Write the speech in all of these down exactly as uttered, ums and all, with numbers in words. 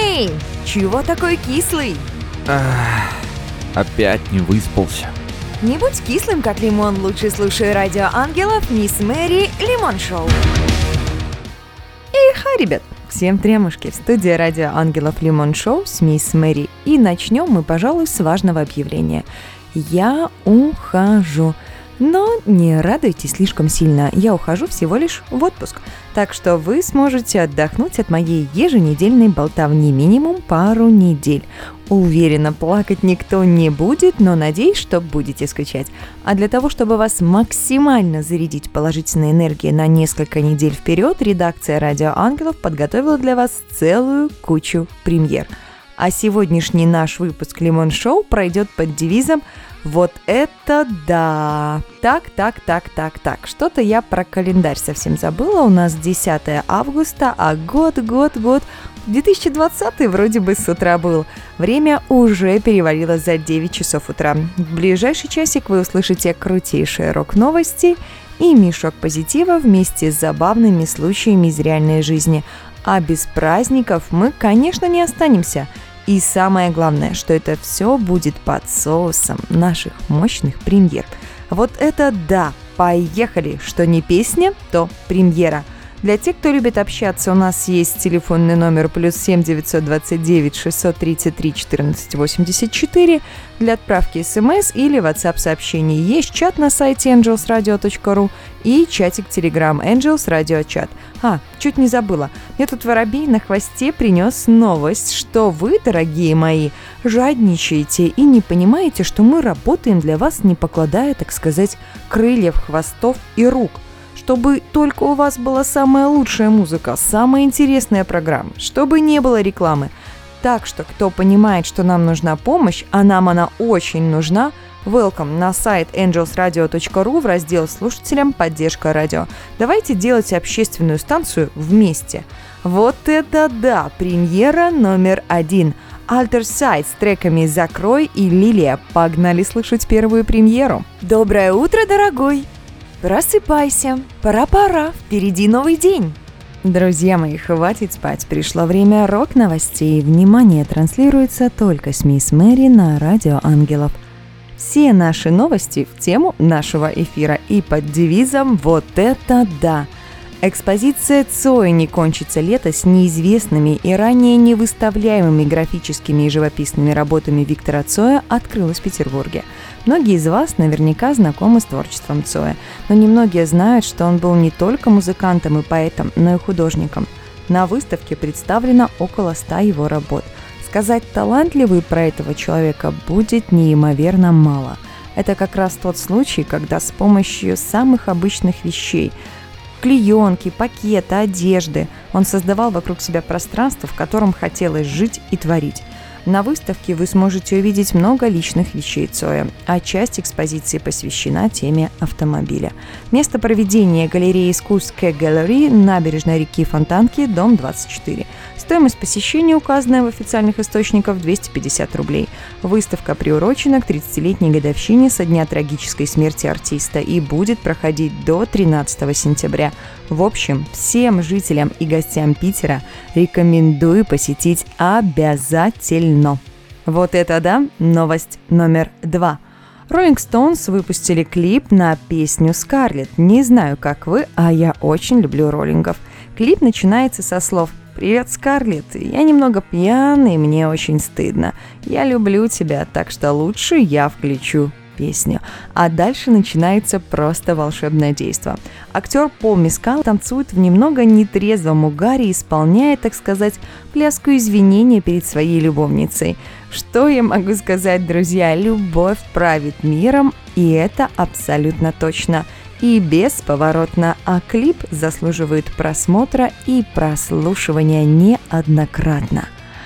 Эй, чего такой кислый? Ах, опять не выспался. Не будь кислым, как лимон, лучше слушай Радио Ангелов, Мисс Мэри, Лимон Шоу. Эй, ха, ребят! Всем тремушки, в студии Радио Ангелов, Лимон Шоу с Мисс Мэри. И начнем мы, пожалуй, с важного объявления. Я ухожу. Но не радуйтесь слишком сильно, я ухожу всего лишь в отпуск. Так что вы сможете отдохнуть от моей еженедельной болтовни минимум пару недель. Уверена, плакать никто не будет, но надеюсь, что будете скучать. А для того, чтобы вас максимально зарядить положительной энергией на несколько недель вперед, редакция Радио Ангелов подготовила для вас целую кучу премьер. А сегодняшний наш выпуск Лимон Шоу пройдет под девизом «Вот это да!» Так, так, так, так, так. Что-то я про календарь совсем забыла. У нас десятое августа, а год, год, год. две тысячи двадцатый вроде бы с утра был. Время уже перевалило за девять часов утра. В ближайший часик вы услышите крутейшие рок-новости и мешок позитива вместе с забавными случаями из реальной жизни. А без праздников мы, конечно, не останемся. И самое главное, что это все будет под соусом наших мощных премьер. Вот это да! Поехали! Что не песня, то премьера. Для тех, кто любит общаться, у нас есть телефонный номер плюс семь девятьсот двадцать девять шестьсот тридцать три четырнадцать восемьдесят четыре для отправки смс или WhatsApp сообщений. Есть чат на сайте энджелс радио точка ру и чатик Telegram Angels Radio Chat. А, чуть не забыла. Мне тут воробей на хвосте принес новость, что вы, дорогие мои, жадничаете и не понимаете, что мы работаем для вас, не покладая, так сказать, крыльев, хвостов и рук. Чтобы только у вас была самая лучшая музыка, самая интересная программа, чтобы не было рекламы. Так что, кто понимает, что нам нужна помощь, а нам она очень нужна, welcome на сайт энджелс радио точка ру в раздел «Слушателям поддержка радио». Давайте делать общественную станцию вместе. Вот это да! Премьера номер один. Alter Side с треками «Закрой» и «Лилия». Погнали слушать первую премьеру. Доброе утро, дорогой! Просыпайся, пора-пора, впереди новый день. Друзья мои, хватит спать, пришло время рок-новостей. Внимание, транслируется только с Мисс Мэри на Радио Ангелов. Все наши новости в тему нашего эфира и под девизом «Вот это да!». Экспозиция Цоя «Не кончится лето» с неизвестными и ранее не выставляемыми графическими и живописными работами Виктора Цоя открылась в Петербурге. Многие из вас наверняка знакомы с творчеством Цоя, но немногие знают, что он был не только музыкантом и поэтом, но и художником. На выставке представлено около ста его работ. Сказать талантливый про этого человека будет неимоверно мало. Это как раз тот случай, когда с помощью самых обычных вещей – клеенки, пакета, одежды. Он создавал вокруг себя пространство, в котором хотелось жить и творить. На выставке вы сможете увидеть много личных вещей Цоя, а часть экспозиции посвящена теме автомобиля. Место проведения галереи искусств Кэг Gallery, набережной реки Фонтанки, дом двадцать четыре. Стоимость посещения, указанная в официальных источниках, двести пятьдесят рублей. Выставка приурочена к тридцатилетней годовщине со дня трагической смерти артиста и будет проходить до тринадцатого сентября. В общем, всем жителям и гостям Питера рекомендую посетить обязательно. Вот это да, новость номер два. Rolling Stones выпустили клип на песню «Скарлетт». Не знаю, как вы, а я очень люблю роллингов. Клип начинается со слов «Привет, Скарлетт, я немного пьяный, мне очень стыдно. Я люблю тебя, так что лучше я включу песню». А дальше начинается просто волшебное действо. Актер Пол Мескал танцует в немного нетрезвом угаре, исполняя, так сказать, пляску извинения перед своей любовницей. Что я могу сказать, друзья? Любовь правит миром, и это абсолютно точно. И бесповоротно, а клип заслуживает просмотра и прослушивания неоднократно.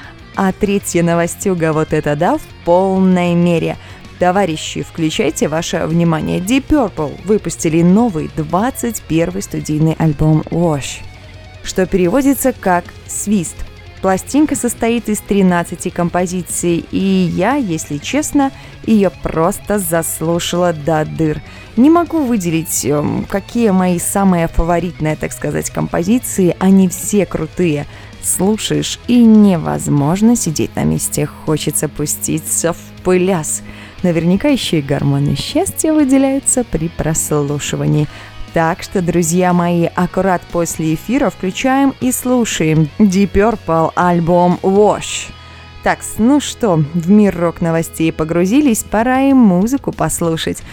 А третья новостюга вот это да в полной мере. Товарищи, включайте ваше внимание. Deep Purple выпустили новый двадцать первый студийный альбом Wash, что переводится как «Свист». Пластинка состоит из тринадцати композиций, и я, если честно, ее просто заслушала до дыр. Не могу выделить, какие мои самые фаворитные, так сказать, композиции, они все крутые. Слушаешь, и невозможно сидеть на месте, хочется пуститься в пляс. Наверняка еще и гормоны счастья выделяются при прослушивании. Так что, друзья мои, аккурат после эфира включаем и слушаем Deep Purple альбом Wash. Так, ну что, в мир рок-новостей погрузились, пора и музыку послушать.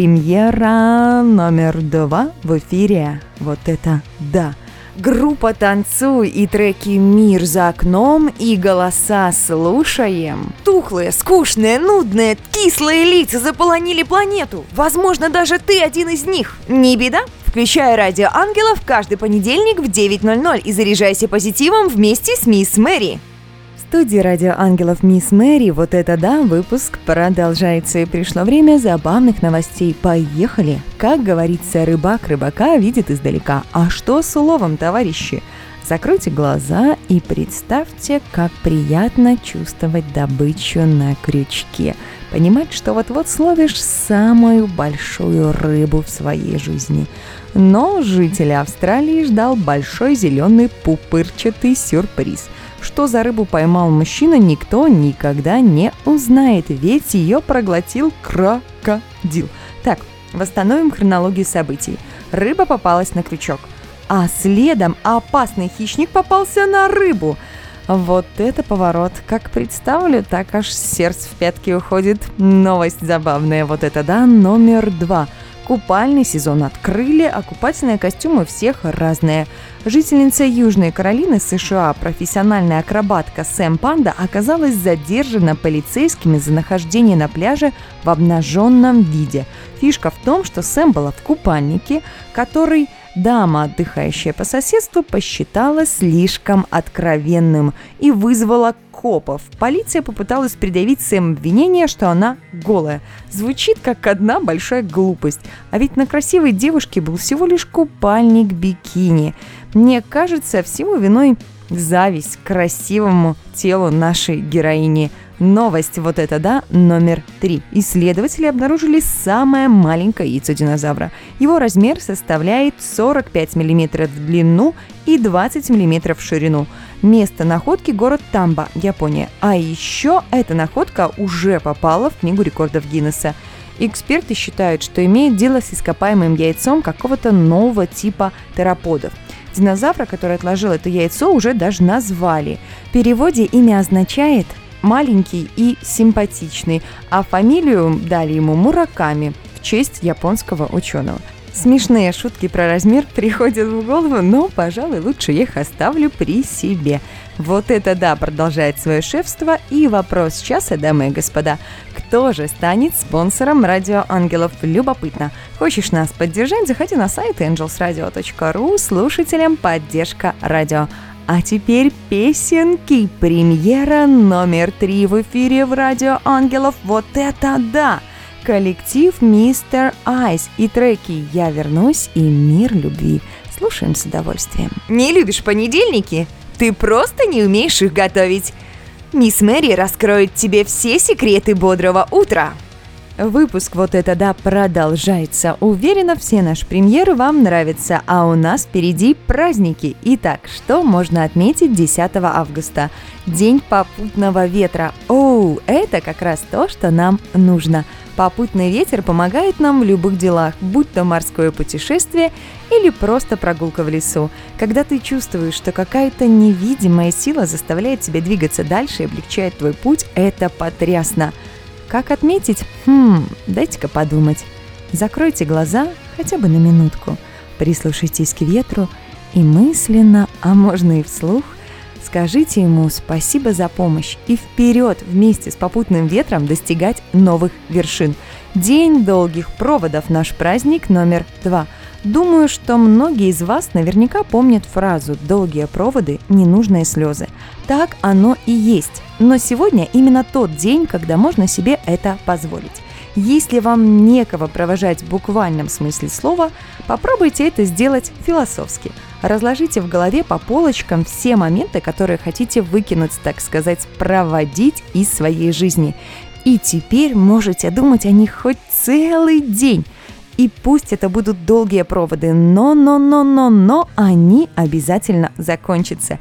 Премьера номер два в эфире. Вот это да! Группа «Танцуй» и треки «Мир за окном» и голоса слушаем. Тухлые, скучные, нудные, кислые лица заполонили планету. Возможно, даже ты один из них. Не беда? Включай «Радио Ангелов» каждый понедельник в девять ноль ноль и заряжайся позитивом вместе с мисс Мэри. В студии «Радио Ангелов» мисс Мэри. Вот это да, выпуск продолжается, и пришло время забавных новостей. Поехали! Как говорится, рыбак рыбака видит издалека. А что с уловом, товарищи? Закройте глаза и представьте, как приятно чувствовать добычу на крючке. Понимать, что вот-вот словишь самую большую рыбу в своей жизни. Но жителя Австралии ждал большой зеленый пупырчатый сюрприз. Что за рыбу поймал мужчина, никто никогда не узнает, ведь ее проглотил крокодил. Так, восстановим хронологию событий. Рыба попалась на крючок, а следом опасный хищник попался на рыбу. Вот это поворот. Как представлю, так аж сердце в пятки уходит. Новость забавная. Вот это да, номер два. Купальный сезон открыли, а купательные костюмы у всех разные. Жительница Южной Каролины, США, профессиональная акробатка Сэм Панда оказалась задержана полицейскими за нахождение на пляже в обнаженном виде. Фишка в том, что Сэм была в купальнике, который дама, отдыхающая по соседству, посчитала слишком откровенным и вызвала копов. Полиция попыталась предъявить Сэм обвинение, что она голая. Звучит как одна большая глупость. А ведь на красивой девушке был всего лишь купальник бикини. Мне кажется, всему виной зависть к красивому телу нашей героини. Новость вот это да, номер три. Исследователи обнаружили самое маленькое яйцо динозавра. Его размер составляет сорок пять миллиметров в длину и двадцать миллиметров в ширину. Место находки – город Тамба, Япония. А еще эта находка уже попала в Книгу рекордов Гиннесса. Эксперты считают, что имеет дело с ископаемым яйцом какого-то нового типа тероподов. Динозавра, который отложил это яйцо, уже даже назвали. В переводе имя означает «маленький и симпатичный», а фамилию дали ему Мураками в честь японского ученого. Смешные шутки про размер приходят в голову, но, пожалуй, лучше я их оставлю при себе. Вот это да, продолжает свое шефство. И вопрос часа, дамы и господа. Кто же станет спонсором Радио Ангелов? Любопытно. Хочешь нас поддержать? Заходи на сайт энджелс радио точка ру, слушателям поддержка радио. А теперь песенки. Премьера номер три в эфире в Радио Ангелов. Вот это да! Коллектив мистер Айс и треки «Я вернусь» и «Мир любви». Слушаем с удовольствием. Не любишь понедельники? Ты просто не умеешь их готовить. Мисс Мэри раскроет тебе все секреты бодрого утра. Выпуск «Вот это да» продолжается. Уверена, все наши премьеры вам нравятся, а у нас впереди праздники. Итак, что можно отметить десятого августа? День попутного ветра. Оу, это как раз то, что нам нужно. Попутный ветер помогает нам в любых делах, будь то морское путешествие или просто прогулка в лесу. Когда ты чувствуешь, что какая-то невидимая сила заставляет тебя двигаться дальше и облегчает твой путь, это потрясно. Как отметить? Хм, дайте-ка подумать. Закройте глаза хотя бы на минутку, прислушайтесь к ветру и мысленно, а можно и вслух, скажите ему спасибо за помощь и вперед вместе с попутным ветром достигать новых вершин. День долгих проводов – наш праздник номер два. Думаю, что многие из вас наверняка помнят фразу «долгие проводы – ненужные слезы». Так оно и есть. Но сегодня именно тот день, когда можно себе это позволить. Если вам некого провожать в буквальном смысле слова, попробуйте это сделать философски. Разложите в голове по полочкам все моменты, которые хотите выкинуть, так сказать, проводить из своей жизни. И теперь можете думать о них хоть целый день. И пусть это будут долгие проводы, но-но-но-но-но они обязательно закончатся.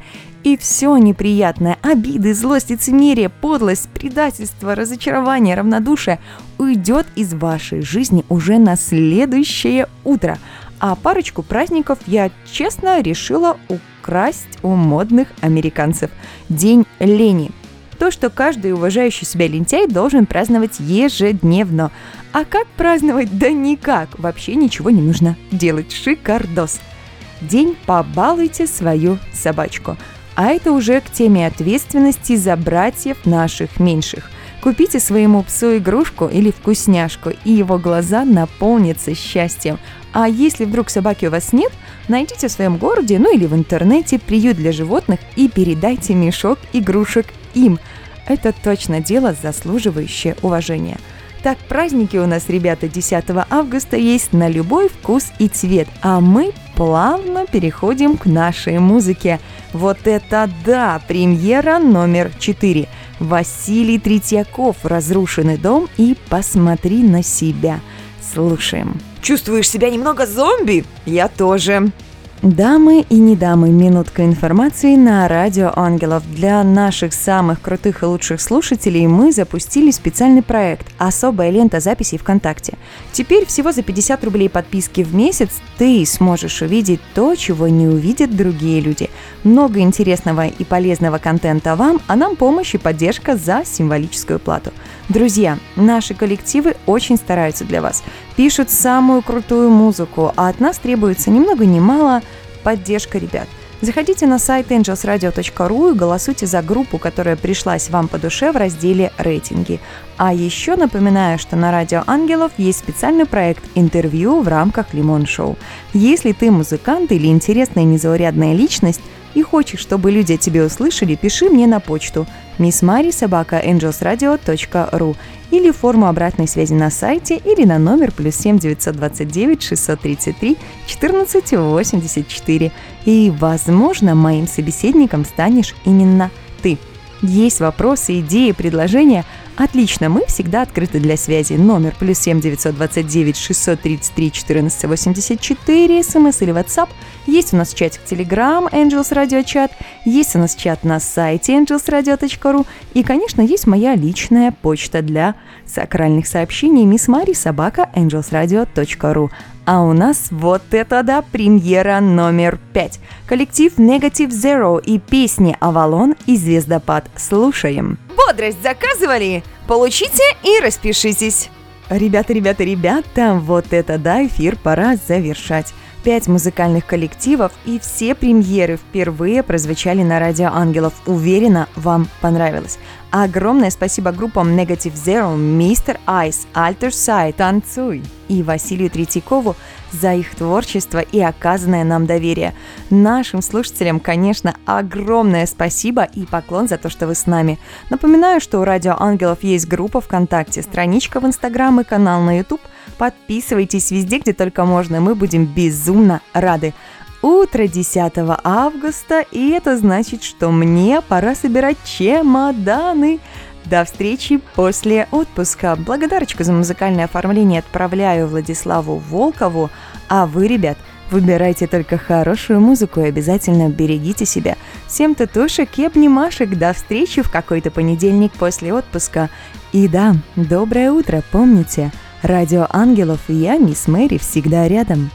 И все неприятное, обиды, злость, лицемерие, подлость, предательство, разочарование, равнодушие уйдет из вашей жизни уже на следующее утро. А парочку праздников я честно решила украсть у модных американцев. День лени. То, что каждый уважающий себя лентяй должен праздновать ежедневно. А как праздновать? Да никак. Вообще ничего не нужно делать. Шикардос. День «Побалуйте свою собачку». А это уже к теме ответственности за братьев наших меньших. Купите своему псу игрушку или вкусняшку, и его глаза наполнятся счастьем. А если вдруг собаки у вас нет, найдите в своем городе, ну или в интернете приют для животных и передайте мешок игрушек им. Это точно дело, заслуживающее уважения. Так, праздники у нас, ребята, десятого августа есть на любой вкус и цвет, а мы плавно переходим к нашей музыке. Вот это да! Премьера номер четыре. Василий Третьяков «Разрушенный дом» и «Посмотри на себя». Слушаем. Чувствуешь себя немного зомби? Я тоже. Дамы и не дамы, минутка информации на Радио Ангелов. Для наших самых крутых и лучших слушателей мы запустили специальный проект «Особая лента записей ВКонтакте». Теперь всего за пятьдесят рублей подписки в месяц ты сможешь увидеть то, чего не увидят другие люди. Много интересного и полезного контента вам, а нам помощь и поддержка за символическую плату. Друзья, наши коллективы очень стараются для вас. Пишут самую крутую музыку, а от нас требуется ни много ни мало поддержка ребят. Заходите на сайт энджелс радио точка ру и голосуйте за группу, которая пришлась вам по душе в разделе «Рейтинги». А еще напоминаю, что на Радио Ангелов есть специальный проект «Интервью» в рамках Лимон Шоу. Если ты музыкант или интересная незаурядная личность и хочешь, чтобы люди о тебе услышали, пиши мне на почту мисс мари собака энджелс радио точка ру или форму обратной связи на сайте или на номер плюс семь девятьсот двадцать девять шестьсот тридцать три четырнадцать восемьдесят четыре. И, возможно, моим собеседником станешь именно ты. Есть вопросы, идеи, предложения? Отлично, мы всегда открыты для связи. Номер плюс семь девятьсот двадцать девять шестьсот тридцать три четырнадцать восемьдесят четыре, смс или WhatsApp. Есть у нас чатик Telegram, Angels Radio Chat. Есть у нас чат на сайте энджелс радио точка ру. И, конечно, есть моя личная почта для сакральных сообщений мисс мари собака энджелс радио точка ру. А у нас вот это да, премьера номер пять. Коллектив Negative Zero и песни «Авалон» и «Звездопад». Слушаем. Бодрость заказывали? Получите и распишитесь. Ребята, ребята, ребята, вот это да, эфир пора завершать. Пять музыкальных коллективов и все премьеры впервые прозвучали на Радио Ангелов. Уверена, вам понравилось. Огромное спасибо группам Negative Zero, мистер Ice, Alter Side, Танцуй и Василию Третьякову за их творчество и оказанное нам доверие. Нашим слушателям, конечно, огромное спасибо и поклон за то, что вы с нами. Напоминаю, что у Радио Ангелов есть группа ВКонтакте, страничка в Инстаграм и канал на Ютуб. Подписывайтесь везде, где только можно, мы будем безумно рады. Утро десятого августа, и это значит, что мне пора собирать чемоданы. До встречи после отпуска. Благодарочку за музыкальное оформление отправляю Владиславу Волкову, а вы, ребят, выбирайте только хорошую музыку и обязательно берегите себя. Всем татушек и обнимашек. До встречи в какой-то понедельник после отпуска. И да, доброе утро, помните, Радио Ангелов и я, мисс Мэри, всегда рядом.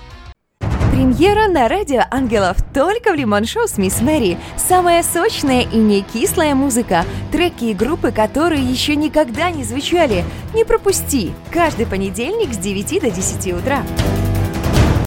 Премьера на Радио Ангелов только в Лимон Шоу с мисс Мэри. Самая сочная и не кислая музыка. Треки и группы, которые еще никогда не звучали. Не пропусти! Каждый понедельник с девяти до десяти утра.